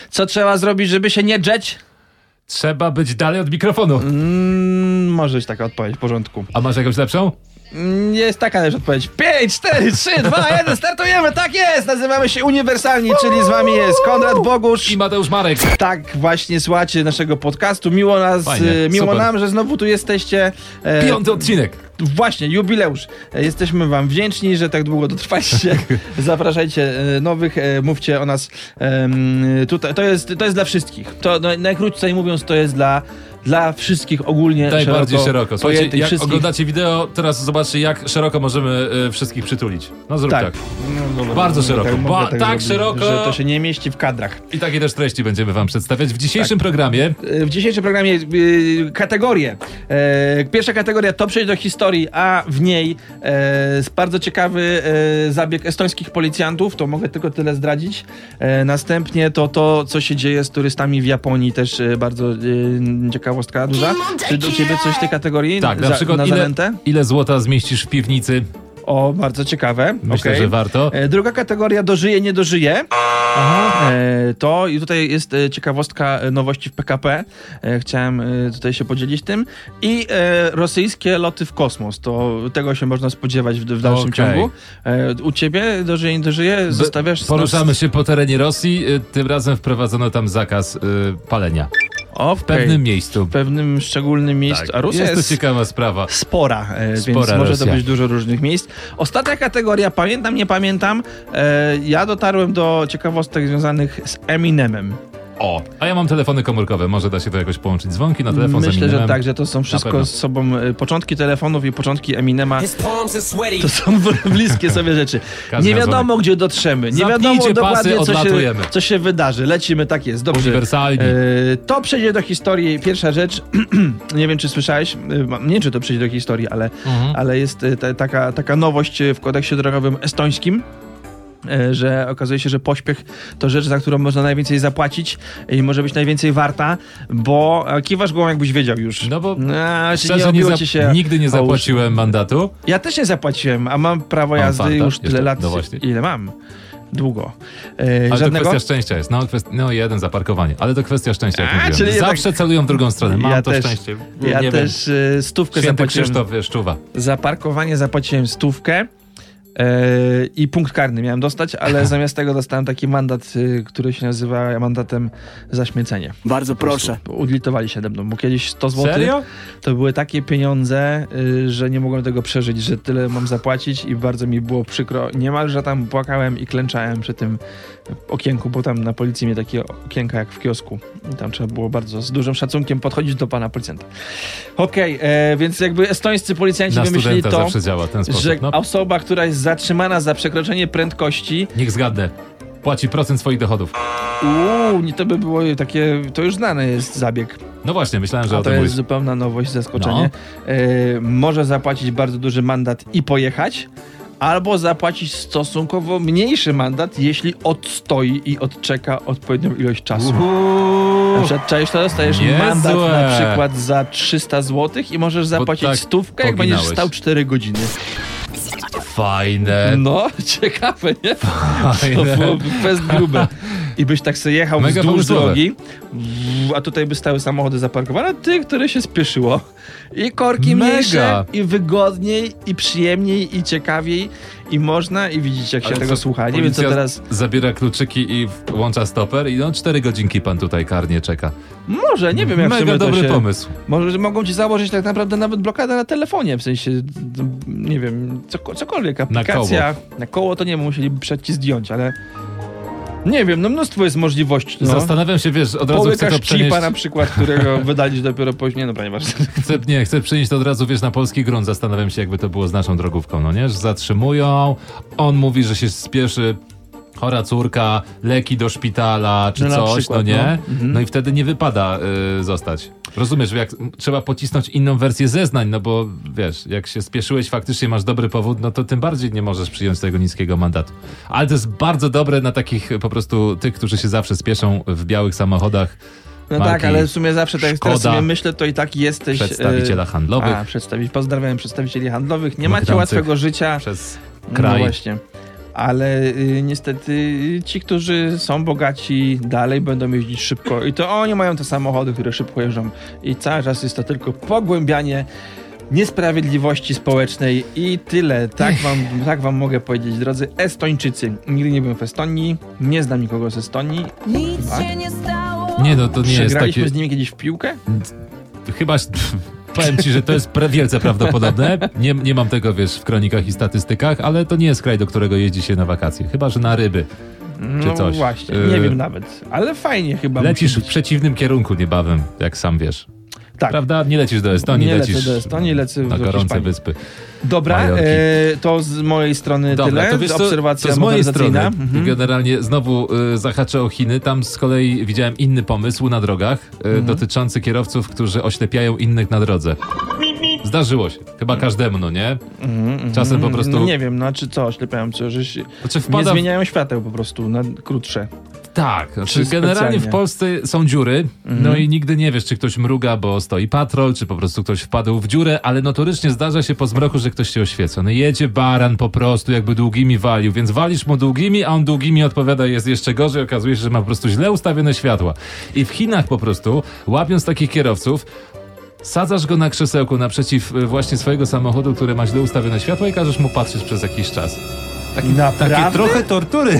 Co trzeba zrobić, żeby się nie drzeć? Trzeba być dalej od mikrofonu. Może być taka odpowiedź, w porządku. A masz jakąś lepszą? Jest taka też odpowiedź. 5, 4, 3, 2, 1, startujemy, tak jest! Nazywamy się Uniwersalni, czyli z wami jest Konrad Bogusz I Mateusz Marek. Tak właśnie słuchacie naszego podcastu. Miło nam, że znowu tu jesteście. 5. odcinek. Właśnie, jubileusz. Jesteśmy wam wdzięczni, że tak długo dotrwaliście. Zapraszajcie nowych, mówcie o nas. Tutaj, to jest dla wszystkich. To najkrócej mówiąc, to jest dla wszystkich ogólnie. Najbardziej szeroko. Słuchajcie, jak wszystkich... oglądacie wideo, teraz zobaczcie, jak szeroko możemy wszystkich przytulić. No zrób tak. No, bardzo szeroko. Tak szeroko, że to się nie mieści w kadrach. I takie też treści będziemy wam przedstawiać w dzisiejszym programie. W dzisiejszym programie kategorie. Pierwsza kategoria to przejść do historii, a w niej bardzo ciekawy zabieg estońskich policjantów. To mogę tylko tyle zdradzić. Następnie to, co się dzieje z turystami w Japonii, też bardzo ciekawostka duża. Czy do ciebie coś w tej kategorii? Tak, na przykład ile złota zmieścisz w piwnicy? O, bardzo ciekawe. Myślę, że warto. Druga kategoria, dożyje, nie dożyje. To i tutaj jest ciekawostka nowości w PKP. Chciałem tutaj się podzielić tym. I rosyjskie loty w kosmos. To tego się można spodziewać w dalszym ciągu. U ciebie dożyje, nie dożyje? Zostawiasz... Poruszamy się po terenie Rosji. Tym razem wprowadzono tam zakaz palenia. W pewnym miejscu. W pewnym szczególnym miejscu. Tak. A Rosja jest to ciekawa sprawa. Spora, więc może to być dużo różnych miejsc. Ostatnia kategoria, pamiętam, nie pamiętam. Ja dotarłem do ciekawostek związanych z Eminemem. A ja mam telefony komórkowe. Może da się to jakoś połączyć dzwonki na telefon z Eminemem? Myślę, że tak, że to są wszystko z sobą początki telefonów i początki Eminema. To są bliskie sobie rzeczy. Nie wiadomo, gdzie dotrzemy. Nie wiadomo dokładnie, co się wydarzy. Lecimy, tak jest. Dobrze. Uniwersalni. To przejdzie do historii. Pierwsza rzecz. Nie wiem, czy słyszałeś. Nie wiem, czy to przejdzie do historii, ale jest taka nowość w kodeksie drogowym estońskim, że okazuje się, że pośpiech to rzecz, za którą można najwięcej zapłacić i może być najwięcej warta, bo kiwasz głową, jakbyś wiedział już. No bo szczerze nigdy nie zapłaciłem mandatu. Ja też nie zapłaciłem, a mam prawo jazdy już tyle lat, ile mam. Długo. Ale to kwestia szczęścia jest. Jeden za parkowanie. Ale to kwestia szczęścia, jak mówiłem. Zawsze celują w drugą stronę. Mam to szczęście. Ja też stówkę zapłaciłem. Krzysztof Szczuwa. Za parkowanie zapłaciłem 100 i punkt karny miałem dostać, ale zamiast tego dostałem taki mandat, który się nazywa mandatem za śmiecenie. Bardzo proszę. Udlitowali się nade mną, bo kiedyś 100 zł. Serio? To były takie pieniądze, że nie mogłem tego przeżyć, że tyle mam zapłacić i bardzo mi było przykro. Niemalże tam płakałem i klęczałem przy tym okienku, bo tam na policji mieli takie okienka jak w kiosku. I tam trzeba było bardzo z dużym szacunkiem podchodzić do pana policjanta. Więc jakby estońscy policjanci wymyślili to, zawsze działa w ten sposób, że osoba, która jest zatrzymana za przekroczenie prędkości... Niech zgadnę. Płaci procent swoich dochodów. To by było takie... To już znany jest zabieg. No właśnie, myślałem, że to jest zupełna nowość, zaskoczenie. Może zapłacić bardzo duży mandat i pojechać, albo zapłacić stosunkowo mniejszy mandat, jeśli odstoi i odczeka odpowiednią ilość czasu. Na przykład czaisz to, dostajesz mandat na przykład za 300 zł i możesz zapłacić 100, jak będziesz stał 4 godziny. Fajne. No, ciekawe, nie? Fajne. To byłoby fest grube. I byś tak sobie jechał wzdłuż drogi, a tutaj by stały samochody zaparkowane, które się spieszyło. I korki mniejsze, i wygodniej, i przyjemniej, i ciekawiej. I można, i widzicie, jak się tego słucha. Nie wiem, co teraz... Zabiera kluczyki i włącza stoper i 4 godzinki pan tutaj karnie czeka. Może, nie wiem, jak mega dobry pomysł. Może mogą ci założyć tak naprawdę nawet blokadę na telefonie, w sensie, nie wiem, cokolwiek, aplikacja. Na koło to nie musieliby przed ci zdjąć, ale... Nie wiem, mnóstwo jest możliwości. Zastanawiam się, od razu chcę to przenieść... chipa na przykład, którego wydalić dopiero później, ponieważ... Chcę przenieść to od razu, na polski grunt. Zastanawiam się, jakby to było z naszą drogówką, że zatrzymują, on mówi, że się spieszy, chora córka, leki do szpitala, czy coś, przykład, No i wtedy nie wypada zostać. Rozumiesz, jak trzeba pocisnąć inną wersję zeznań, bo jak się spieszyłeś, faktycznie masz dobry powód, to tym bardziej nie możesz przyjąć tego niskiego mandatu. Ale to jest bardzo dobre na takich po prostu tych, którzy się zawsze spieszą w białych samochodach. No tak, ale w sumie zawsze tak, teraz sobie myślę, to i tak jesteś... Przedstawiciela handlowych. Pozdrawiam przedstawicieli handlowych. Nie macie łatwego życia. Przez kraj. No właśnie. ale niestety ci, którzy są bogaci, dalej będą jeździć szybko i to oni mają te samochody, które szybko jeżdżą i cały czas jest to tylko pogłębianie niesprawiedliwości społecznej i tyle. Tak wam mogę powiedzieć, drodzy Estończycy. Nigdy nie byłem w Estonii, nie znam nikogo z Estonii. Nic się nie stało. Nie, no to nie jest takie... Przegraliśmy z nimi kiedyś w piłkę? Chyba... Powiem ci, że to jest wielce prawdopodobne. Nie mam tego, wiesz, w kronikach i statystykach, ale to nie jest kraj, do którego jeździ się na wakacje. Chyba, że na ryby. Czy coś. No właśnie, nie wiem nawet. Ale fajnie chyba. Lecisz w przeciwnym kierunku niebawem, jak sam wiesz. Tak. Prawda? Nie lecisz do Estonii, nie lecisz lecę do Estonii, lecę na do gorące Hiszpanii. wyspy. Dobra, to z mojej strony Dobra, tyle. to Obserwacja to z mojej strony. Mhm. Generalnie znowu zahaczę o Chiny. Tam z kolei widziałem inny pomysł na drogach dotyczący kierowców, którzy oślepiają innych na drodze. Zdarzyło się. Chyba każdemu, no nie? Czasem po prostu... Nie wiem, no czy co, oślepiają, że się Znaczy nie zmieniają świateł po prostu na krótsze. Tak, Czy znaczy generalnie w specjalnie? Polsce są dziury, no i nigdy nie wiesz, czy ktoś mruga, bo stoi patrol, czy po prostu ktoś wpadł w dziurę, ale notorycznie zdarza się po zmroku, że ktoś się oświeca. No jedzie baran po prostu, jakby długimi walił, więc walisz mu długimi, a on długimi odpowiada, jest jeszcze gorzej, okazuje się, że ma po prostu źle ustawione światła. I w Chinach po prostu, łapiąc takich kierowców, sadzasz go na krzesełku naprzeciw właśnie swojego samochodu, który ma źle ustawione światła i każesz mu patrzeć przez jakiś czas. Takie trochę tortury.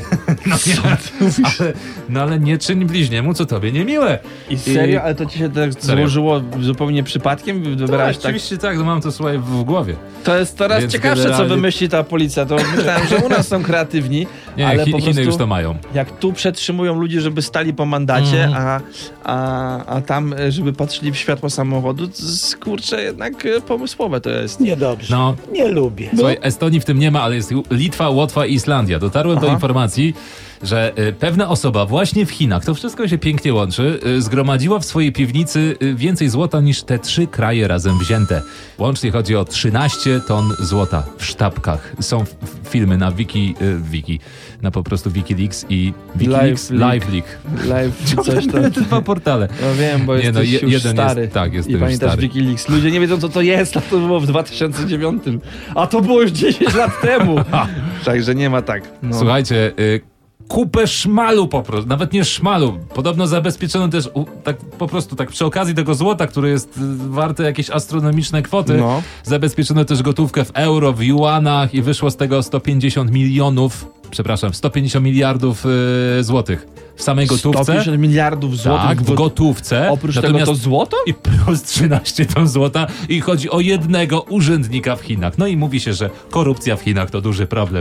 Ale nie czyń bliźniemu, co tobie niemiłe. I serio? Ale to ci się tak złożyło zupełnie przypadkiem? Wybrałeś tak? Oczywiście tak, no mam to słuchaj w głowie. To jest coraz Więc ciekawsze, generalnie... co wymyśli ta policja. To myślałem, że u nas są kreatywni, Nie, ale po Chiny prostu już to mają. jak tu przetrzymują ludzi, żeby stali po mandacie, a tam, żeby patrzyli w światło samochodu, to kurczę, jednak pomysłowe to jest. Niedobrze. No. Nie lubię. Słuchaj, Estonii w tym nie ma, ale jest Litwa, Łotwa i Islandia. Dotarłem do informacji, że pewna osoba właśnie w Chinach, to wszystko się pięknie łączy, zgromadziła w swojej piwnicy więcej złota niż te 3 kraje razem wzięte. Łącznie chodzi o 13 ton złota w sztabkach. Są filmy na Wiki, na po prostu Wikileaks i Wikileaks, LiveLeak. Live coś tam. Te 2 portale. No wiem, bo jesteś już jeden stary. jest, tak, jestem I już pamiętasz stary. Wikileaks. Ludzie nie wiedzą, co to jest, a to było w 2009. A to było już 10 lat temu. Także nie ma tak. No. Słuchajcie, kupę szmalu po prostu, nawet nie szmalu, podobno zabezpieczono też tak po prostu tak przy okazji tego złota, które jest warte jakieś astronomiczne kwoty, No. zabezpieczono też gotówkę w euro, w juanach i wyszło z tego 150 miliardów złotych. W samej gotówce. 150 miliardów złotych Tak, w gotówce. Oprócz tego to złoto? I plus 13 ton złota i chodzi o jednego urzędnika w Chinach. No i mówi się, że korupcja w Chinach to duży problem.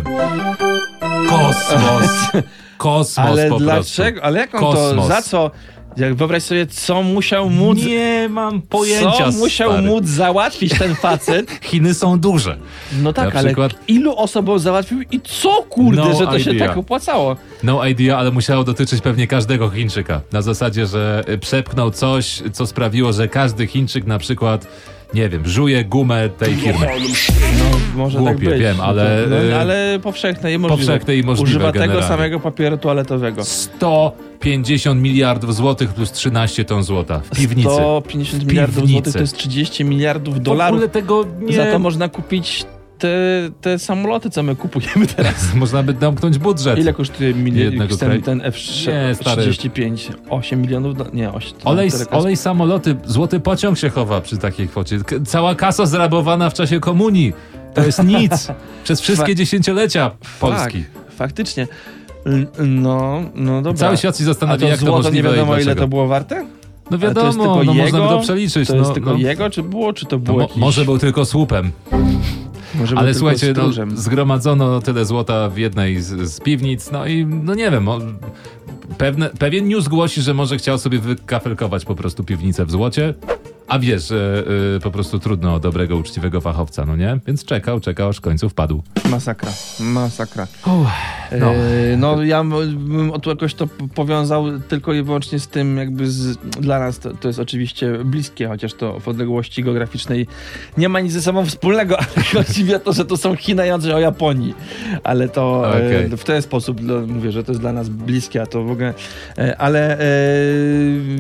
Kosmos Ale po dlaczego? prostu. Ale jak on Kosmos. to, za co? Jak wyobraź sobie, co musiał móc... Nie mam pojęcia, Co musiał stary. móc załatwić ten facet? Chiny są duże. No tak, Na ale przykład- ilu osobom załatwił i co kurde, No że to się idea. tak opłacało? No idea, ale musiało dotyczyć pewnie każdego Chińczyka. Na zasadzie, że przepchnął coś, co sprawiło, że każdy Chińczyk na przykład, nie wiem, żuje gumę tej firmy. No, może Głupie, tak być. wiem, ale, ale powszechne i możliwe. powszechne i możliwe Używa tego generalnie. samego papieru toaletowego. 150 miliardów złotych plus 13 ton złota w piwnicy. 150 miliardów piwnicy. złotych to jest 30 miliardów W dolarów. ogóle tego nie... Za to można kupić te samoloty, co my kupujemy teraz. Można by domknąć budżet. Ile kosztuje Jednego kraju? ten Nie, stary. F-35? 8 milionów? Nie, 8. Olej samoloty, złoty pociąg się chowa przy takiej kwocie. Cała kasa zrabowana w czasie komunii. To jest nic. Przez wszystkie dziesięciolecia Polski. Faktycznie. No dobra. Cały świat się A zastanawia, to jak to złoto możliwe nie wiadomo, i ile dlaczego. to było warte? No Ale to jest wiadomo, tylko no można by jego? to przeliczyć. To jest no, tylko no. jego, czy było, czy to No, było jakieś... może był tylko słupem. Może był Ale tylko słuchajcie, no, stróżem. zgromadzono tyle złota w jednej z piwnic, no i no nie wiem, pewien news głosi, że może chciał sobie wykafelkować po prostu piwnicę w złocie, a wiesz, że po prostu trudno o dobrego, uczciwego fachowca, no nie? Więc czekał, aż w końcu wpadł. Masakra. No. No ja bym tu jakoś to powiązał tylko i wyłącznie z tym, jakby dla nas to jest oczywiście bliskie, chociaż to w odległości geograficznej nie ma nic ze sobą wspólnego, ale chodzi mi o to, że to są Chiny i o Japonii. Ale to w ten sposób mówię, że to jest dla nas bliskie, a to w ogóle... Ale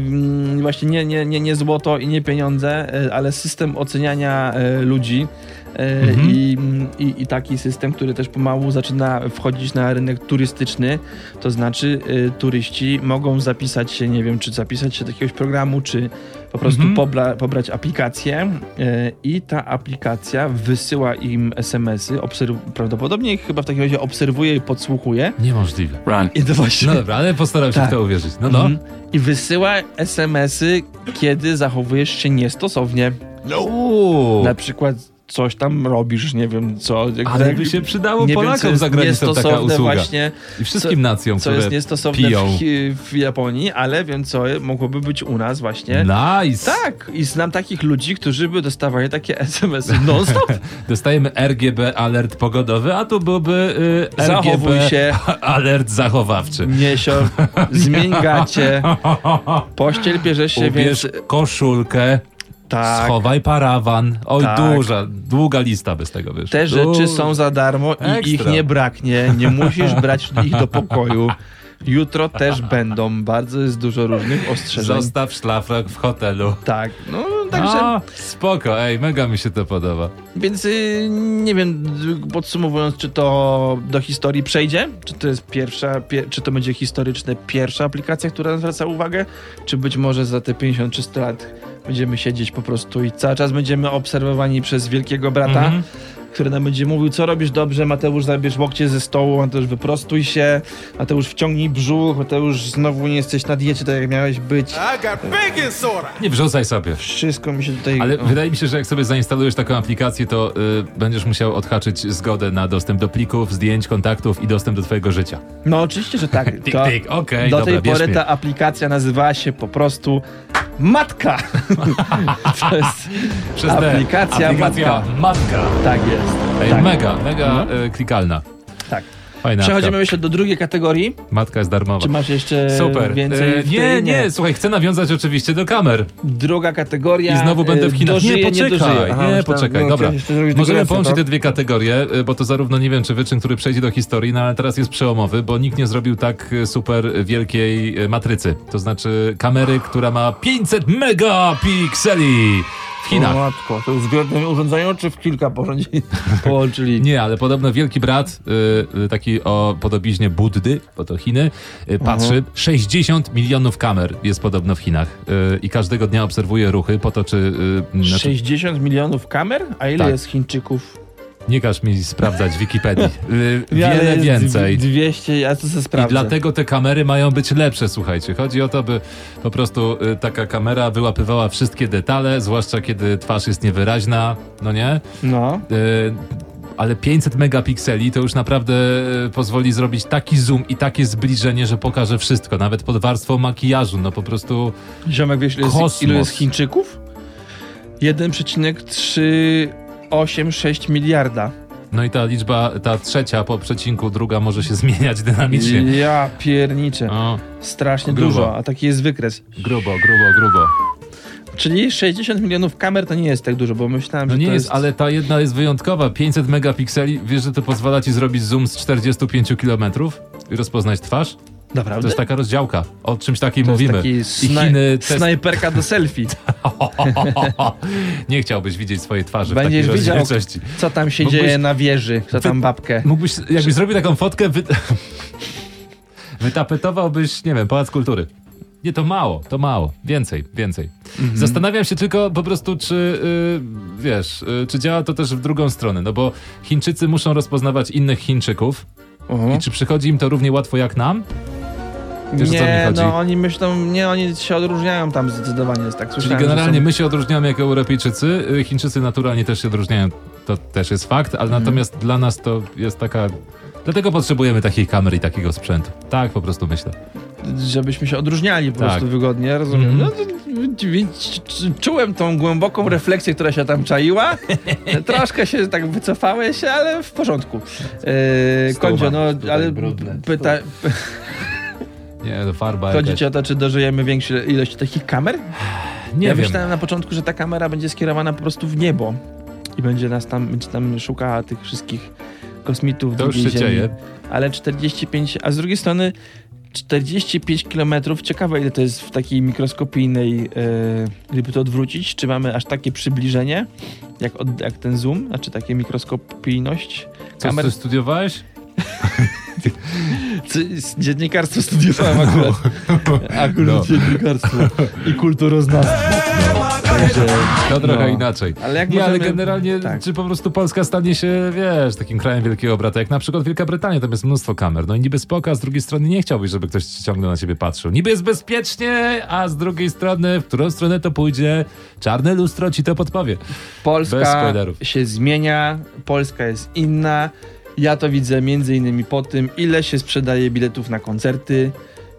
właśnie nie złoto i nie pieniądze, ale system oceniania ludzi i taki system, który też pomału zaczyna wchodzić na rynek turystyczny, to znaczy turyści mogą zapisać się, nie wiem, czy zapisać się do jakiegoś programu, czy po prostu pobrać aplikację i ta aplikacja wysyła im SMS-y, prawdopodobnie chyba w takim razie obserwuje i podsłuchuje. Niemożliwe. Run. I to właśnie... No dobra, ale postaram się w to uwierzyć. No. I wysyła SMS-y, kiedy zachowujesz się niestosownie. Na przykład coś tam robisz, nie wiem co. Ale by się przydało Polakom za granicą taka usługa. Właśnie, i wszystkim nacjom, co które jest niestosowne piją. w Japonii, ale wiem co, mogłoby być u nas właśnie. Nice! Tak, i znam takich ludzi, którzy by dostawali takie SMS-y non-stop. Dostajemy RGB alert pogodowy, a tu byłby Zachowuj RGB się. alert zachowawczy. Zmień gacie, pościel bierzesz się, Ubierz więc... koszulkę. Tak. Schowaj parawan. Oj, Tak. długa lista by z tego wyszła. Te rzeczy są za darmo i Ekstra. ich nie braknie. Nie musisz brać ich do pokoju. Jutro też będą. Bardzo jest dużo różnych ostrzeżeń. Zostaw szlafrok w hotelu. Tak, no także... Spoko, mega mi się to podoba. Więc nie wiem, podsumowując, czy to do historii przejdzie? Czy to jest czy to będzie historyczne pierwsza aplikacja, która zwraca uwagę? Czy być może za te 50 czy 100 lat będziemy siedzieć po prostu i cały czas będziemy obserwowani przez wielkiego brata, który nam będzie mówił, co robisz dobrze, Mateusz, zabierz łokcie ze stołu, Mateusz, wyprostuj się, Mateusz, wciągnij brzuch, Mateusz, znowu nie jesteś na diecie, tak jak miałeś być. Nie wrzucaj sobie. Wszystko mi się tutaj... Ale wydaje mi się, że jak sobie zainstalujesz taką aplikację, to będziesz musiał odhaczyć zgodę na dostęp do plików, zdjęć, kontaktów i dostęp do twojego życia. No oczywiście, że tak. Tik, okej, do dobra, tej pory bierz mnie. ta aplikacja nazywała się po Matka. To jest aplikacja Matka. Tak jest. Ej, tak. mega klikalna. Tak. Fajna Przechodzimy apka. myślę do drugiej kategorii. Matka jest darmowa. Czy masz jeszcze Super. więcej? w tej? Nie, słuchaj, chcę nawiązać oczywiście do kamer. Druga kategoria. I znowu będę w Chinach. Dożyje, Nie, poczekaj. Dobra. Możemy połączyć to? te dwie kategorie, bo to zarówno nie wiem, czy wyczyn, który przejdzie do historii, no ale teraz jest przełomowy, bo nikt nie zrobił tak super wielkiej matrycy. To znaczy kamery, która ma 500 megapikseli w Chinach. O matko, to jest w jednym urządzeniu, czy w kilka połączyli? Nie, ale podobno wielki brat, taki o podobiznie Buddy, bo to Chiny, patrzy. 60 milionów kamer jest podobno w Chinach i każdego dnia obserwuje ruchy po to, czy... 60 milionów kamer? A ile Tak. jest Chińczyków? Nie każ mi sprawdzać w Wikipedii. Wiele więcej. 200, ja to sobie sprawdzę. I dlatego te kamery mają być lepsze, słuchajcie. Chodzi o to, by po prostu taka kamera wyłapywała wszystkie detale, zwłaszcza kiedy twarz jest niewyraźna, no nie? No. Ale 500 megapikseli to już naprawdę pozwoli zrobić taki zoom i takie zbliżenie, że pokaże wszystko, nawet pod warstwą makijażu, no po prostu Ziomek, wiesz, kosmos. ilu jest Chińczyków? 1,386 miliarda. No i ta liczba, ta trzecia po przecinku, druga może się zmieniać dynamicznie. Ja pierniczę. O, Strasznie grubo. dużo, a taki jest wykres. grubo. Czyli 60 milionów kamer to nie jest tak dużo, bo myślałem, No że nie to jest, ale ta jedna jest wyjątkowa. 500 megapikseli, wiesz, że to pozwala ci zrobić zoom z 45 kilometrów i rozpoznać twarz? Naprawdę? To jest taka rozdziałka. O czymś takim To jest mówimy. taki I Chiny snajperka do selfie. Nie chciałbyś widzieć swojej twarzy Będziesz w takiej widział, rozdzielczości. co tam się Mógłbyś- dzieje na wieży, co tam babkę. Mógłbyś, jakbyś zrobił taką fotkę, wytapetowałbyś, nie wiem, Pałac Kultury. Nie, to mało. Więcej. Zastanawiam się tylko po prostu, czy czy działa to też w drugą stronę, no bo Chińczycy muszą rozpoznawać innych Chińczyków i czy przychodzi im to równie łatwo jak nam? Wiesz, o co mi Nie, chodzi? no oni myślą, oni się odróżniają tam zdecydowanie, jest tak Czyli słyszałem. generalnie że my się odróżniamy jako Europejczycy, Chińczycy naturalnie też się odróżniają, to też jest fakt, ale natomiast dla nas to jest taka... Dlatego potrzebujemy takich kamer i takiego sprzętu. Tak, po prostu myślę. żebyśmy się odróżniali po Tak. prostu wygodnie, rozumiem. No, czułem tą głęboką refleksję, która się tam czaiła. Troszkę się tak wycofałeś, ale w porządku. Kondzio, no ale Nie, to farba chodzi jakaś. ci o to, czy dożyjemy większej ilości takich kamer? Nie Ja wiem. myślałem na początku, że ta kamera będzie skierowana po prostu w niebo i będzie tam szukała tych wszystkich kosmitów To już drugiej się Ziemi. dzieje. Ale 45, a z drugiej strony 45 km, ciekawe ile to jest w takiej mikroskopijnej, gdyby to odwrócić, czy mamy aż takie przybliżenie, jak ten zoom, znaczy takie mikroskopijność. Co studiowałeś? Dziennikarstwo studiowałem akurat. Dziennikarstwo i kulturoznawstwo. Także, to trochę inaczej. Ale generalnie, tak. Czy po prostu Polska stanie się, takim krajem wielkiego brata, jak na przykład Wielka Brytania, tam jest mnóstwo kamer. No i niby spoko, a z drugiej strony nie chciałbyś, żeby ktoś ciągle na ciebie patrzył. Niby jest bezpiecznie, a z drugiej strony, w którą stronę to pójdzie, czarne lustro ci to podpowie. Polska się zmienia, Polska jest inna. Ja to widzę między innymi po tym, ile się sprzedaje biletów na koncerty.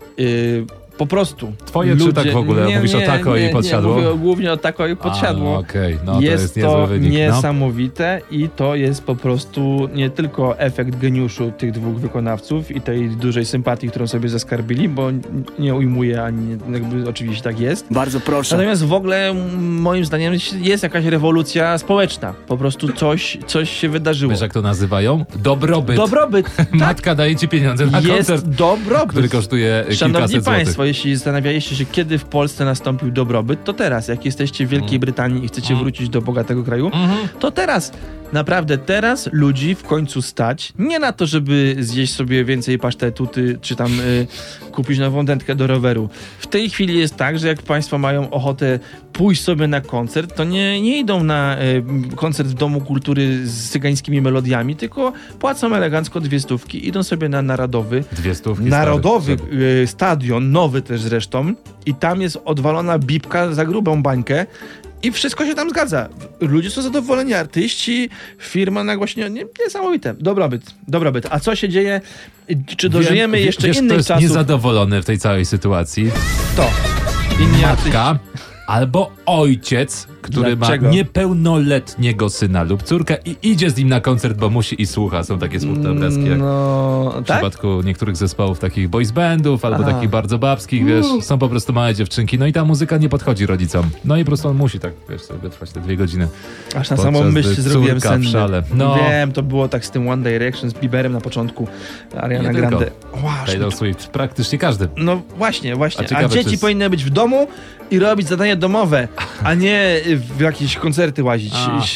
Po prostu. Twoje ludzie, czy tak w ogóle? Mówisz o Tako i Podsiadło? Nie, mówię głównie o Tako i Podsiadło. Okej. No, jest to jest niezły wynik. Niesamowite i to jest po prostu nie tylko efekt geniuszu tych dwóch wykonawców i tej dużej sympatii, którą sobie zaskarbili, bo nie ujmuję ani jakby oczywiście tak jest. Bardzo proszę. Natomiast w ogóle moim zdaniem jest jakaś rewolucja społeczna. Po prostu coś się wydarzyło. Wiesz jak to nazywają? Dobrobyt. Matka daje ci pieniądze na koncert, dobrobyt, który kosztuje kilkaset złotych. Jeśli zastanawialiście się, kiedy w Polsce nastąpił dobrobyt, to teraz. Jak jesteście w Wielkiej Brytanii i chcecie wrócić do bogatego kraju, to teraz. Naprawdę teraz ludzi w końcu stać nie na to, żeby zjeść sobie więcej pasztetu, czy tam kupić nową dętkę do roweru. W tej chwili jest tak, że jak państwo mają ochotę pójść sobie na koncert, to nie idą na koncert w Domu Kultury z cygańskimi melodiami, tylko płacą elegancko 200 i idą sobie na Narodowy. 200 Narodowy stadion, nowy też zresztą, i tam jest odwalona bibka za grubą bańkę. I wszystko się tam zgadza. Ludzie są zadowoleni, artyści, firma nagłaśnienia. Niesamowite. Dobrobyt. A co się dzieje? Czy dożyjemy jeszcze innych czasów? Kto jest niezadowolony w tej całej sytuacji? To. Inni matka artyści. Albo ojciec, który Dlaczego? ma niepełnoletniego syna lub córkę i idzie z nim na koncert, bo musi i słucha. Są takie smutne obrazki, jak w przypadku niektórych zespołów takich boys bandów albo takich bardzo babskich, są po prostu małe dziewczynki, no i ta muzyka nie podchodzi rodzicom. No i po prostu on musi tak, sobie trwać te 2 godziny. Aż na samą myśl zrobiłem senny. W szale. No. Wiem, to było tak z tym One Direction, z Bieberem na początku, Ariana Grande. Taylor Swift, praktycznie każdy. No właśnie. A dzieci powinny być w domu i robić zadania domowe, a nie w jakieś koncerty łazić.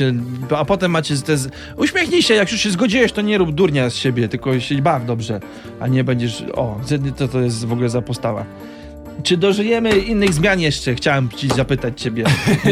A potem macie uśmiechnij się, jak już się zgodziłeś, to nie rób durnia z siebie, tylko się baw dobrze, a nie będziesz... to jest w ogóle za postawa. Czy dożyjemy innych zmian jeszcze? Chciałem zapytać ciebie.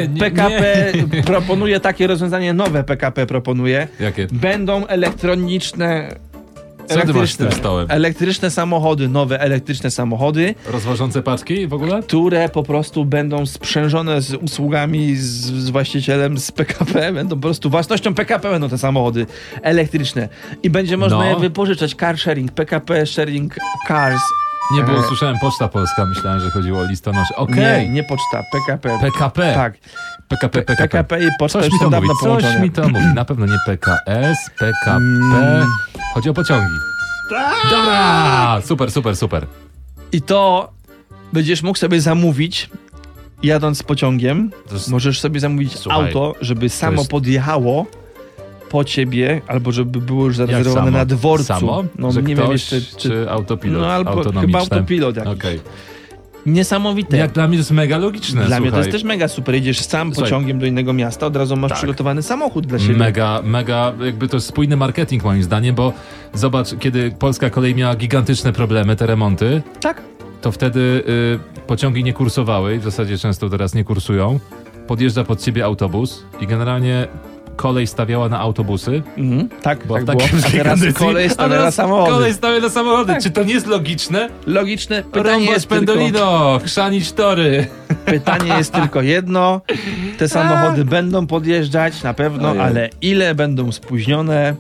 PKP proponuje takie rozwiązanie, nowe PKP proponuje. Jakie? Będą elektroniczne... Co ty masz z tym stołem? Elektryczne samochody, nowe elektryczne samochody. Rozwożące paczki w ogóle? Które po prostu będą sprzężone z usługami, z właścicielem, z PKP. Będą po prostu własnością PKP będą te samochody elektryczne. I będzie można je wypożyczać. Car sharing, PKP sharing cars. Nie, bo usłyszałem Poczta Polska, myślałem, że chodziło o listonosze. Nie poczta, PKP. PKP. Tak. PKP i Poczta już są dawno połączone. Coś mi to mówi. Na pewno nie PKS, PKP. Chodzi o pociągi. Dobra! Super. I to będziesz mógł sobie zamówić, jadąc pociągiem. Możesz sobie zamówić auto, żeby samo podjechało po ciebie, albo żeby było już zarezerwowane na dworcu. Samo? No że nie ktoś, wiem jeszcze, czy autopilot? No albo chyba autopilot jakiś. Okay. Niesamowite. Jak dla mnie to jest mega logiczne. Dla mnie to jest też mega super. Jedziesz sam pociągiem do innego miasta, od razu masz przygotowany samochód dla siebie. Mega, jakby to jest spójny marketing moim zdaniem, bo zobacz, kiedy polska kolej miała gigantyczne problemy, te remonty, to wtedy pociągi nie kursowały i w zasadzie często teraz nie kursują. Podjeżdża pod ciebie autobus i generalnie kolej stawiała na autobusy. Tak było. A teraz kolej stawia na samochody. Kolej stawia na samochody. Tak. Czy to nie jest logiczne? Logiczne. Pytanie jest Pendolino, chrzanić tory. Pytanie jest tylko jedno. Te samochody będą podjeżdżać na pewno, ale ile będą spóźnione?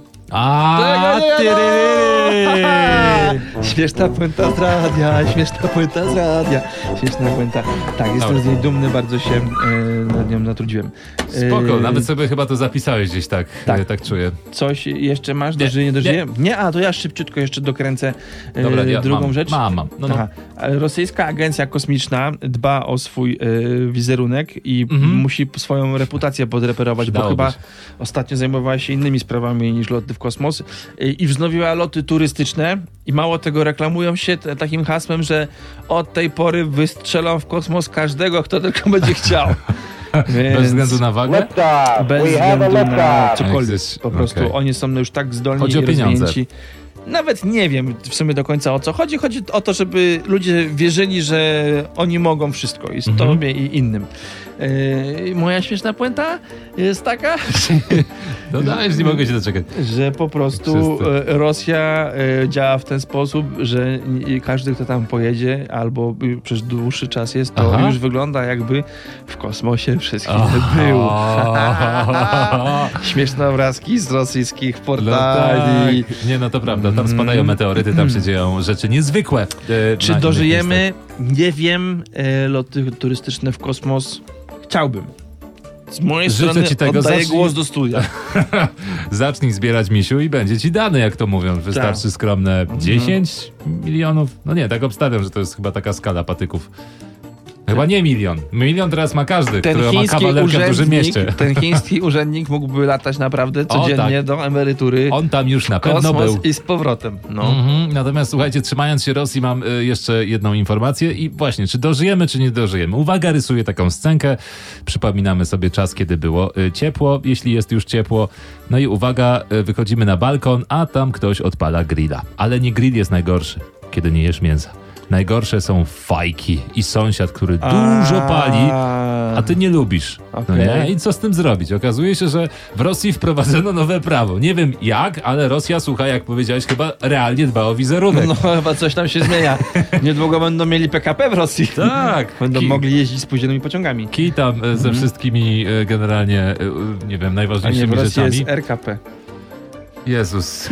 Śmieszna puenta z radia, śmieszna puenta. Tak, jestem z niej dumny, bardzo się nad nią natrudziłem. Spoko, nawet sobie chyba to zapisałeś gdzieś tak czuję. Coś jeszcze masz? Dożyję? Nie, to ja szybciutko jeszcze dokręcę drugą rzecz. Mam. Rosyjska agencja kosmiczna dba o swój wizerunek i musi swoją reputację podreperować, bo chyba ostatnio zajmowała się innymi sprawami niż loty w kosmos i wznowiła loty turystyczne i mało tego reklamują się takim hasłem, że od tej pory wystrzelą w kosmos każdego, kto tylko będzie chciał. Więc Bez względu na wagę? bez względu na cokolwiek. Ach, Po prostu okej. oni są już tak zdolni Chodzi o i pieniądze. rozwinięci. Nawet nie wiem w sumie do końca o co chodzi. Chodzi o to, żeby ludzie wierzyli, że oni mogą wszystko i tobie i innym. Moja śmieszna puenta jest taka, No dajesz, nie mogę się doczekać. że po prostu Wszyscy. Rosja działa w ten sposób, że każdy, kto tam pojedzie albo przez dłuższy czas jest, to Aha. już wygląda jakby w kosmosie przez chwilę był. Śmieszne obrazki z rosyjskich No portali. tak. Nie, no to prawda, tam spadają meteoryty, tam się dzieją rzeczy niezwykłe. Czy na dożyjemy? Nie wiem. Loty turystyczne w kosmos. Chciałbym. Z mojej Życzę strony ci tego, oddaję zacznij- głos do studia. Zacznij zbierać, misiu, i będzie ci dane, jak to mówią. Wystarczy skromne 10 milionów. No nie, tak obstawiam, że to jest chyba taka skala patyków. Chyba nie milion. Milion teraz ma każdy, który ma kawalerkę w dużym mieście. ten chiński urzędnik mógłby latać naprawdę codziennie tak. do emerytury. On tam już na pewno Kosmos był. i z powrotem. No. Natomiast słuchajcie, trzymając się Rosji, mam jeszcze jedną informację i właśnie, czy dożyjemy, czy nie dożyjemy. Uwaga, rysuję taką scenkę. Przypominamy sobie czas, kiedy było ciepło, jeśli jest już ciepło. No i uwaga, wychodzimy na balkon, a tam ktoś odpala grilla. Ale nie grill jest najgorszy, kiedy nie jesz mięsa. Najgorsze są fajki i sąsiad, który dużo pali, a ty nie lubisz. No Okej. nie? I co z tym zrobić? Okazuje się, że w Rosji wprowadzono nowe prawo. Nie wiem jak, ale Rosja, słuchaj, jak powiedziałeś, chyba realnie dba o wizerunek. No chyba coś tam się zmienia. Niedługo będą mieli PKP w Rosji. Tak. Będą mogli jeździć spóźnionymi pociągami. Kij tam ze wszystkimi generalnie, nie wiem, A nie, najważniejszymi w Rosji rzeczami. jest RKP. Jezus.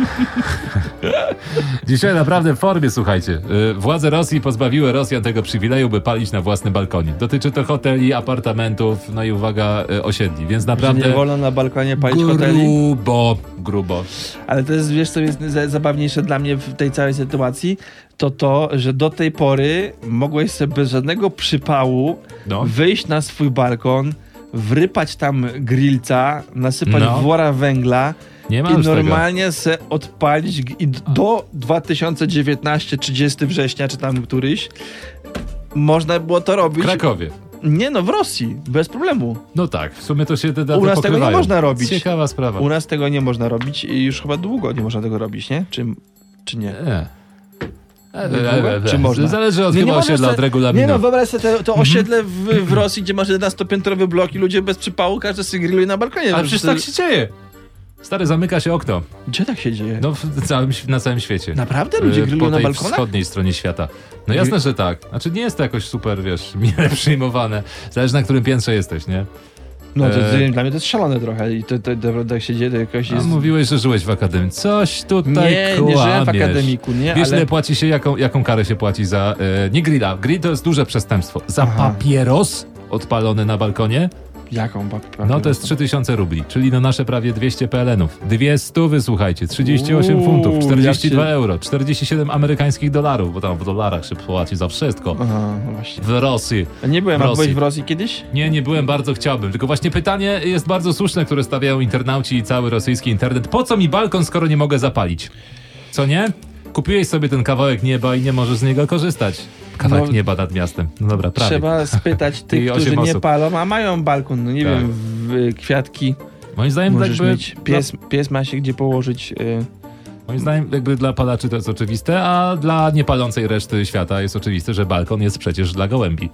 Dzisiaj naprawdę w formie, słuchajcie. Władze Rosji pozbawiły Rosjan tego przywileju, by palić na własnym balkonie. Dotyczy to hoteli, apartamentów, no i uwaga, osiedli. Więc Że naprawdę nie wolno na balkonie palić hoteli. grubo. Ale to jest, wiesz co jest zabawniejsze dla mnie w tej całej sytuacji? To, że do tej pory mogłeś sobie bez żadnego przypału No. wyjść na swój balkon, wrypać tam grillca, nasypać No. wora węgla Nie ma i już tego. normalnie se odpalić i do 2019, 30 września, czy tam któryś, można było to W robić. Krakowie. Nie no, w Rosji, bez problemu. No tak, w sumie to się te daty U nas tego pokrywają. nie można robić. Ciekawa sprawa. U nas tego nie można robić i już chyba długo nie można tego robić, nie? Czy nie? Czy można? Zależy od Nie, nie chyba można osiedla, se- od regulaminu. Nie no, wyobraź sobie to osiedle w Rosji, gdzie masz 11-piętrowy blok i ludzie bez przypału, każdy sobie grilluje na balkonie. Ale przecież tak się dzieje. Stary, zamyka się okno. Gdzie tak się dzieje? No na całym świecie. Naprawdę? Ludzie grillują po na tej balkonach? wschodniej stronie świata. No jasne, że tak. Znaczy nie jest to jakoś super, wiesz, mile przyjmowane. Zależy na którym piętrze jesteś, nie? No to dla mnie to jest szalone trochę i to tak się dzieje, to jakoś A jest... mówiłeś, że żyłeś w akademii. Coś tutaj Nie żyłem w kłamiesz. akademiku, nie, Wiesz, ale... ile płaci się, jaką karę się płaci za... nie grilla. Grill to jest duże przestępstwo. Za Aha. papieros odpalony na balkonie, Jaką no to jest 3000 rubli, czyli no nasze prawie 200 PLN-ów. 200, słuchajcie, 38 funtów, 42 jak się- euro, 47 amerykańskich dolarów, bo tam w dolarach się płaci za wszystko. Aha, no właśnie. W Rosji. Nie byłem, w a byłeś Rosji. w Rosji kiedyś? Nie byłem, bardzo chciałbym. Tylko właśnie pytanie jest bardzo słuszne, które stawiają internauci i cały rosyjski internet. Po co mi balkon, skoro nie mogę zapalić? Co nie? Kupiłeś sobie ten kawałek nieba i nie możesz z niego korzystać. Kawałek No, nieba nad miastem. No dobra, prawie. Trzeba spytać tych, I 8 którzy nie osób. palą, a mają balkon, no nie Tak. wiem, kwiatki. Moim zdaniem Możesz jakby... mieć, pies ma się gdzie położyć. Moim zdaniem jakby dla palaczy to jest oczywiste, a dla niepalącej reszty świata jest oczywiste, że balkon jest przecież dla gołębi.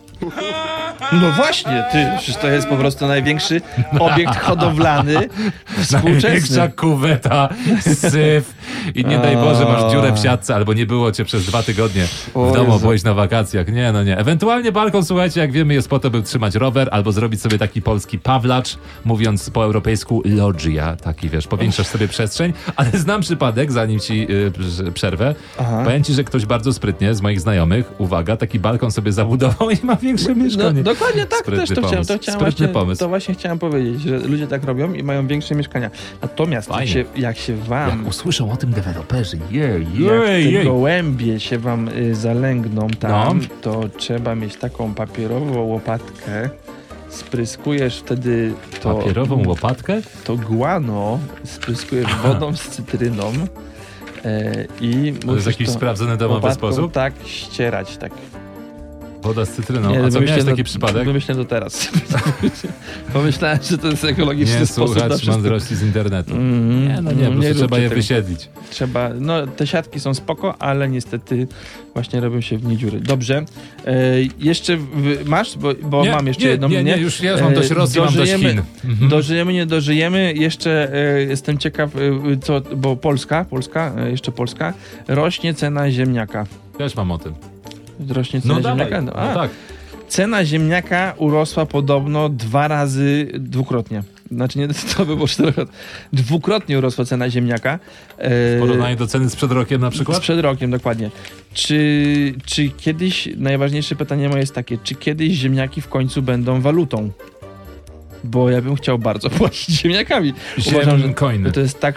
No właśnie, przecież to jest po prostu największy obiekt hodowlany współczesny. Największa kuweta, syf i nie daj Boże masz dziurę w siatce albo nie było cię przez 2 tygodnie O w domu, Jezu. byłeś na wakacjach. Nie, no nie. Ewentualnie balkon, słuchajcie, jak wiemy jest po to, by trzymać rower albo zrobić sobie taki polski pawlacz, mówiąc po europejsku loggia, taki wiesz, powiększasz sobie przestrzeń, ale znam przypadek, zanim ci przerwę, Aha. powiem ci, że ktoś bardzo sprytnie z moich znajomych, uwaga, taki balkon sobie zabudował i ma większe No, mieszkanie. dokładnie tak, Sprytny też to pomysł. chciałem Sprytny właśnie, pomysł. to właśnie chciałem powiedzieć, że ludzie tak robią i mają większe mieszkania. Natomiast Fajnie. jak się wam, Jak usłyszą o tym deweloperzy, jej, jak te gołębie się wam zalęgną tam, No. to trzeba mieć taką papierową łopatkę spryskujesz wtedy to... Papierową łopatkę? To guano spryskujesz wodą z cytryną i To jest jakiś sprawdzony domowy sposób? tak ścierać, tak. Woda z cytryną. A co, miałeś taki przypadek? Wymyślę to teraz. Pomyślałem, że to jest ekologiczny nie sposób. Nie słuchać mądrości z internetu. Trzeba je wysiedzić. Te siatki są spoko, ale niestety właśnie robią się w nie dziury. Dobrze. Jeszcze masz? Bo mam jeszcze jedną. Nie, już ja mam dość Rosji, mam dość Chin. Dożyjemy, nie dożyjemy. Jeszcze jestem ciekaw, bo Polska, rośnie cena ziemniaka. Też mam o tym. Rośnie cena ziemniaka? Tak. Cena ziemniaka urosła podobno dwukrotnie. Znaczy nie, to by było 4 dwukrotnie urosła cena ziemniaka. W porównaniu do ceny sprzed rokiem na przykład? Sprzed rokiem, dokładnie. Czy kiedyś, najważniejsze pytanie moje jest takie, czy kiedyś ziemniaki w końcu będą walutą? Bo ja bym chciał bardzo płacić ziemniakami. Uważam, że to jest tak...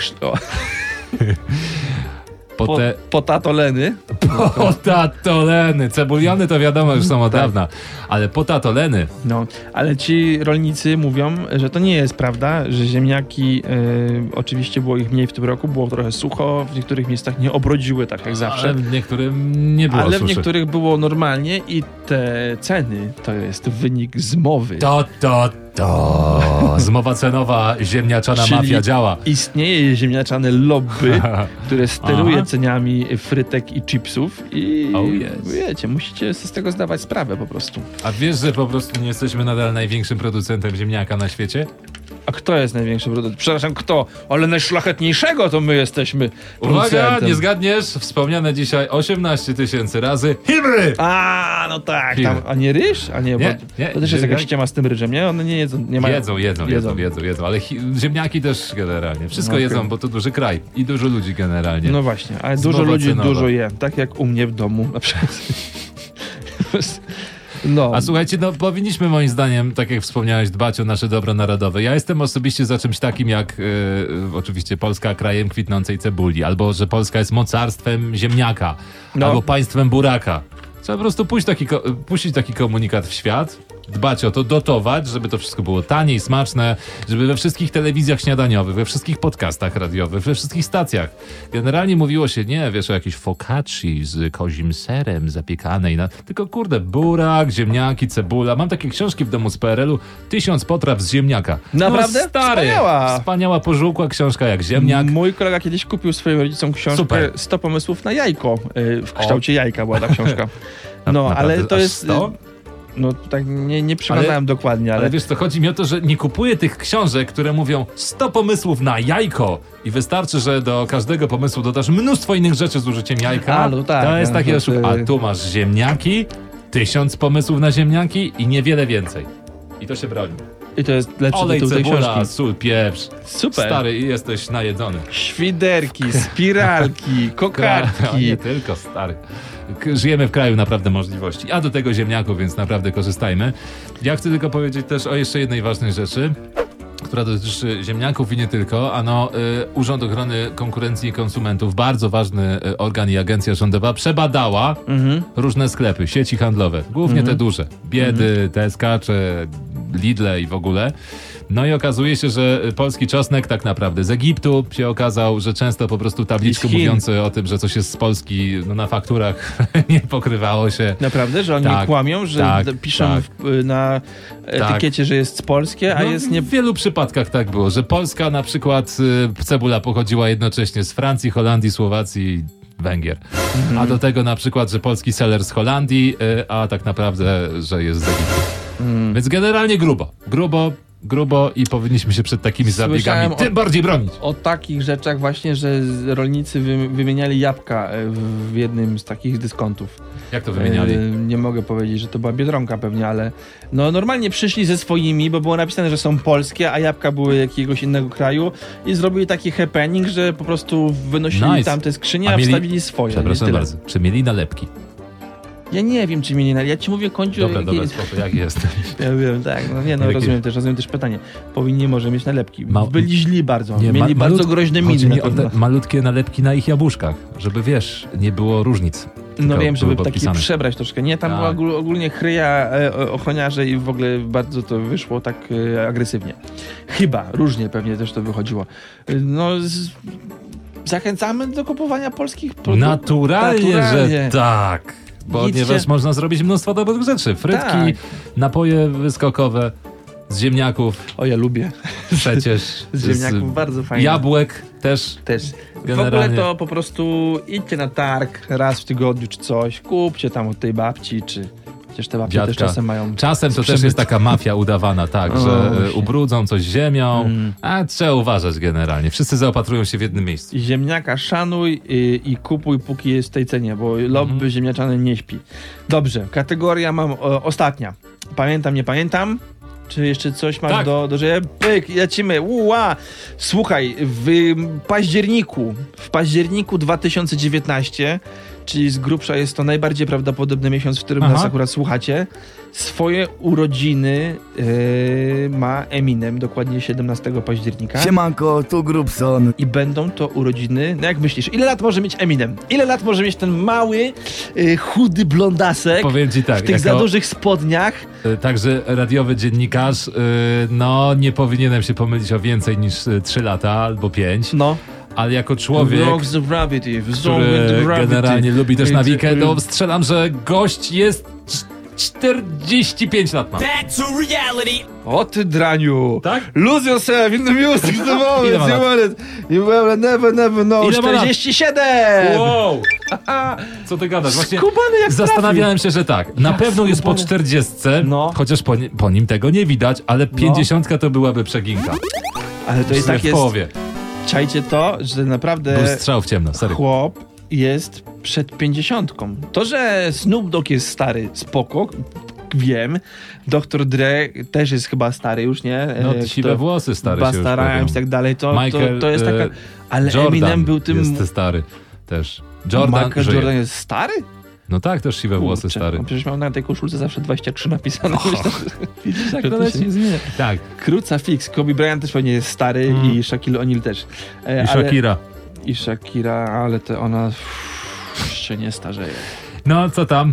Potatoleny. Potatoleny. Cebuliony to wiadomo już są od dawna. Ale potatoleny. No, ale ci rolnicy mówią, że to nie jest prawda, że ziemniaki, oczywiście było ich mniej w tym roku, było trochę sucho, w niektórych miejscach nie obrodziły tak jak zawsze. Ale w niektórym nie było Ale suszy. w niektórych było normalnie i te ceny to jest wynik zmowy. Zmowa cenowa, ziemniaczana mafia działa. Istnieje ziemniaczane lobby, które steruje cenami frytek i chipsów i wiecie, musicie z tego zdawać sprawę po prostu. A wiesz, że po prostu nie jesteśmy nadal największym producentem ziemniaka na świecie? A kto jest największy producent? Przepraszam, kto? Ale najszlachetniejszego to my jesteśmy producentem. Uwaga, nie zgadniesz? Wspomniane dzisiaj 18 000 razy hibry! A, no tak. Tam, a nie ryż? A nie, to też jest jakaś ściema z tym ryżem, nie? One nie jedzą. Nie mają... Jedzą. Ale ziemniaki też generalnie. Wszystko jedzą, bo to duży kraj i dużo ludzi generalnie. No właśnie, ale dużo ludzi dużo je. Tak jak u mnie w domu na przykład. No. A słuchajcie, powinniśmy moim zdaniem, tak jak wspomniałeś, dbać o nasze dobro narodowe. Ja jestem osobiście za czymś takim jak oczywiście Polska krajem kwitnącej cebuli, albo że Polska jest mocarstwem ziemniaka, albo państwem buraka. Trzeba po prostu puścić taki komunikat w świat, dbać o to, dotować, żeby to wszystko było tanie i smaczne, żeby we wszystkich telewizjach śniadaniowych, we wszystkich podcastach radiowych, we wszystkich stacjach generalnie mówiło się, o jakiejś focacci z kozim serem zapiekanej, tylko kurde, burak, ziemniaki, cebula. Mam takie książki w domu z PRL-u, 1000 potraw z ziemniaka. Naprawdę? Stary! Wspaniała, pożółkła książka jak ziemniak. Mój kolega kiedyś kupił swoim rodzicom książkę 100 pomysłów na jajko. W kształcie jajka była ta książka. No, ale to jest... 100? No tak nie przyglądałem dokładnie, ale... Ale wiesz co, chodzi mi o to, że nie kupuję tych książek, które mówią 100 pomysłów na jajko i wystarczy, że do każdego pomysłu dodasz mnóstwo innych rzeczy z użyciem jajka. To jest takie a tu masz ziemniaki, 1000 pomysłów na ziemniaki i niewiele więcej. I to się broni. I to jest lepszy olej, tytuł tej cebula, książki. Sól, pieprz. Super. Stary, i jesteś najedzony. Świderki, spiralki, kokardki. Nie tylko, stary. Żyjemy w kraju naprawdę możliwości. A do tego ziemniaków, więc naprawdę korzystajmy. Ja chcę tylko powiedzieć też o jeszcze jednej ważnej rzeczy, która dotyczy ziemniaków i nie tylko. Urząd Ochrony Konkurencji i Konsumentów, bardzo ważny organ i agencja rządowa, przebadała różne sklepy, sieci handlowe, głównie te duże, Biedy, TSK czy Lidle i w ogóle. No i okazuje się, że polski czosnek tak naprawdę z Egiptu się okazał, że często po prostu tabliczki mówiące o tym, że coś jest z Polski, na fakturach nie pokrywało się. Naprawdę? Że oni nie kłamią? Że piszą na etykiecie, że jest polskie, a jest nie... W wielu przypadkach tak było, że Polska na przykład cebula pochodziła jednocześnie z Francji, Holandii, Słowacji, Węgier. A do tego na przykład, że polski seler z Holandii, a tak naprawdę, że jest z Egiptu. Więc generalnie grubo i powinniśmy się przed takimi zabiegami tym bardziej bronić. O takich rzeczach właśnie, że rolnicy wymieniali jabłka w jednym z takich dyskontów. Jak to wymieniali? Nie mogę powiedzieć, że to była Biedronka pewnie, ale normalnie przyszli ze swoimi, bo było napisane, że są polskie, a jabłka były jakiegoś innego kraju i zrobili taki happening, że po prostu wynosili tamte skrzynie, a wstawili swoje. Przepraszam bardzo. Czy mieli nalepki? Ja nie wiem, czy mieli nalepki. Ja ci mówię, końcu... Dobra, spoko, jak jest? Ja wiem, tak. Rozumiem też pytanie. Powinni może mieć nalepki. Byli źli bardzo. Mieli bardzo groźne miny. Chodzi mi o te malutkie nalepki na ich jabłuszkach, żeby nie było różnic. No wiem, żeby taki podpisane. przebrać troszkę. Nie, tam Tak. była ogólnie chryja ochroniarze i w ogóle bardzo to wyszło tak agresywnie. Chyba, różnie pewnie też to wychodziło. Zachęcamy do kupowania polskich produktów. Naturalnie, że tak. Ponieważ można zrobić mnóstwo dobrych rzeczy. Frytki, Tak. napoje wyskokowe z ziemniaków. O, ja lubię. Przecież. Z ziemniaków bardzo fajnie. Jabłek też. W ogóle to po prostu idźcie na targ raz w tygodniu czy coś, kupcie tam od tej babci, czy przecież te babcie Dziadka. też czasem mają Czasem to też sprzęt. jest taka mafia udawana, tak, O, że właśnie. ubrudzą coś ziemią, a trzeba uważać generalnie. Wszyscy zaopatrują się w jednym miejscu. Ziemniaka szanuj i kupuj, póki jest w tej cenie, bo lobby ziemniaczane nie śpi. Dobrze, kategoria mam ostatnia. Pamiętam, nie pamiętam. Czy jeszcze coś masz Tak. do że pyk, lecimy. Uła! Słuchaj, w październiku 2019, czyli z grubsza jest to najbardziej prawdopodobny miesiąc, w którym nas akurat słuchacie, swoje urodziny ma Eminem, dokładnie 17 października. Siemanko, tu Grubson. I będą to urodziny. No jak myślisz, ile lat może mieć Eminem? Ile lat może mieć ten mały, chudy blondasek Powiem ci tak, w tych za dużych spodniach? Także radiowy dziennikarz, no nie powinienem się pomylić o więcej niż 3 lata albo 5, No. ale jako człowiek, Rocks the Gravity, który generalnie lubi też nawikę, to strzelam, że gość jest 45 lat ma. O ty draniu! Tak? Lose yourself in the music, the moment, Ile ma you lat? want it, you will never know. Ile ma lat? 47! Wow! Co ty gadasz? Właśnie Skubany jak zastanawiałem się, że tak. Na Jak pewno jest po skubany. 40, No. chociaż po nim tego nie widać, ale 50 to byłaby przeginka. Ale to i tak w jest, połowie. czajcie to, że naprawdę Był strzał w ciemno, serio. chłop jest przed 50. To, że Snoop Dogg jest stary, spoko, wiem. Dr. Dre też jest chyba stary już, nie? No siwe włosy stare się już Busta Rhymes pojawią. i tak dalej, Michael, to jest taka... Ale Jordan Eminem był tym... jest stary też. Jordan Michael żyje. Jordan jest stary? No tak, też siwe włosy Kurczę, stary. on przecież miał na tej koszulce zawsze 23 napisane. Widzisz, jak Że to to się nie zmienia. Tak. Króca fix. Kobe Bryant też pewnie jest stary i Shaquille O'Neal też. I Shakira. I Shakira, ale to ona się nie starzeje. No, co tam?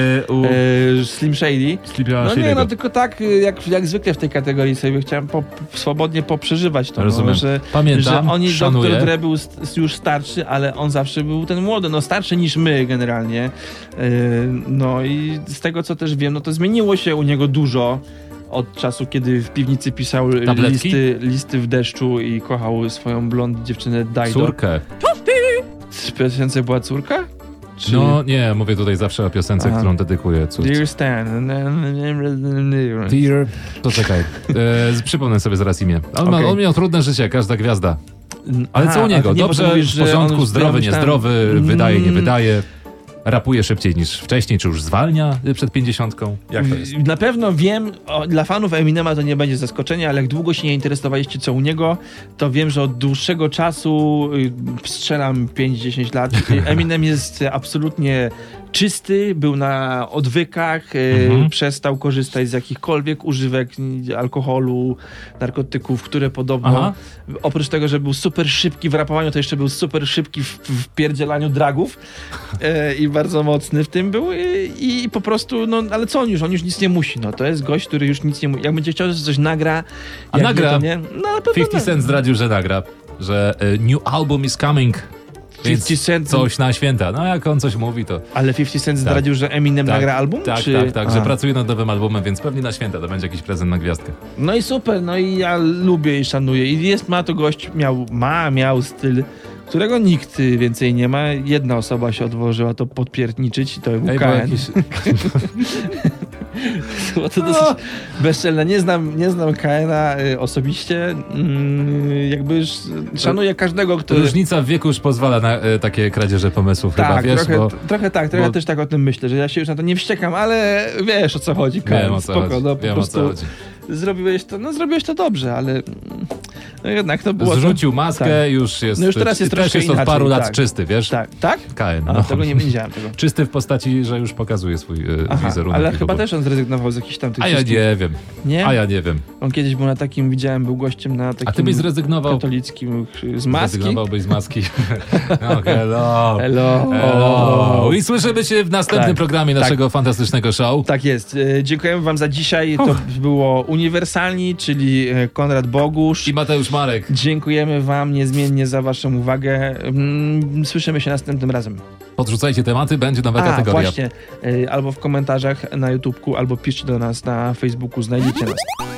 Slim Shady. No nie, no tylko tak, jak zwykle w tej kategorii sobie chciałem swobodnie poprzeżywać to. Rozumiem. No, że Pamiętam, oni, szanuję. Dr. Dre był już starszy, ale on zawsze był ten młody, no starszy niż my generalnie. No i z tego co też wiem, no to zmieniło się u niego dużo od czasu, kiedy w piwnicy pisał listy w deszczu i kochał swoją blond dziewczynę Dido. Córkę. W piosence była córka? Czy... No nie, mówię tutaj zawsze o piosence, którą dedykuję córce. Dear Stan. Dear... To czekaj. Przypomnę sobie zaraz imię. On miał trudne życie, każda gwiazda. Ale co u niego? Dobrze, w porządku, zdrowy, niezdrowy, wydaje, nie wydaje. Rapuje szybciej niż wcześniej, czy już zwalnia przed 50? Jak to jest? Na pewno wiem, dla fanów Eminema to nie będzie zaskoczenie, ale jak długo się nie interesowaliście co u niego, to wiem, że od dłuższego czasu strzelam 5-10 lat. Eminem jest absolutnie czysty, był na odwykach, przestał korzystać z jakichkolwiek używek alkoholu, narkotyków, które podobno, oprócz tego, że był super szybki w rapowaniu, to jeszcze był super szybki w pierdzielaniu dragów i bardzo mocny w tym był i po prostu, no ale co on już nic nie musi, no to jest gość, który już nic nie musi, jak będzie chciał, że coś nagra, a nagra, to nie, no na pewno 50 Cent zdradził, że nagra, że new album is coming. 50 Cent... Coś na święta. No jak on coś mówi, to... Ale 50 Cent zdradził, że Eminem nagra album? Tak, czy... tak, że pracuje nad nowym albumem, więc pewnie na święta to będzie jakiś prezent na gwiazdkę. No i super, no i ja lubię i szanuję. I ma to gość, miał styl, którego nikt więcej nie ma. Jedna osoba się odważyła to podpierniczyć i to był KN. Było to dosyć bezczelne. Nie znam KN-a osobiście. Jakby szanuję każdego, kto... Różnica w wieku już pozwala na takie kradzieże pomysłów chyba, wiesz? Trochę też tak o tym myślę, że ja się już na to nie wściekam, ale wiesz o co chodzi. Wiem o co chodzi. Zrobiłeś to dobrze, No jednak to było... Zrzucił maskę, tak. już jest... No już teraz jest troszkę od inaczej, paru lat tak. czysty, wiesz? Tak. Tak? KN, A, no. tego nie wiedziałem tego. Czysty w postaci, że już pokazuje swój wizerunek. Ale i w chyba ogóle. też on zrezygnował z jakichś tam tych A ja wszystkich... nie wiem. Nie? A ja nie wiem. On kiedyś był na takim, widziałem, był gościem na takim... A ty byś zrezygnował? Katolickim, z maski. Zrezygnowałbyś z maski. No, hello. Hello. Hello. I słyszymy się w następnym Tak. programie naszego fantastycznego show. Tak jest. Dziękujemy wam za dzisiaj. To było Uniwersalni, czyli Konrad Bogusz. I Mateusz Marek. Dziękujemy wam niezmiennie za waszą uwagę. Słyszymy się następnym razem. Podrzucajcie tematy, będzie nowa kategoria. Właśnie. Albo w komentarzach na YouTubeku, albo piszcie do nas na Facebooku. Znajdziecie nas.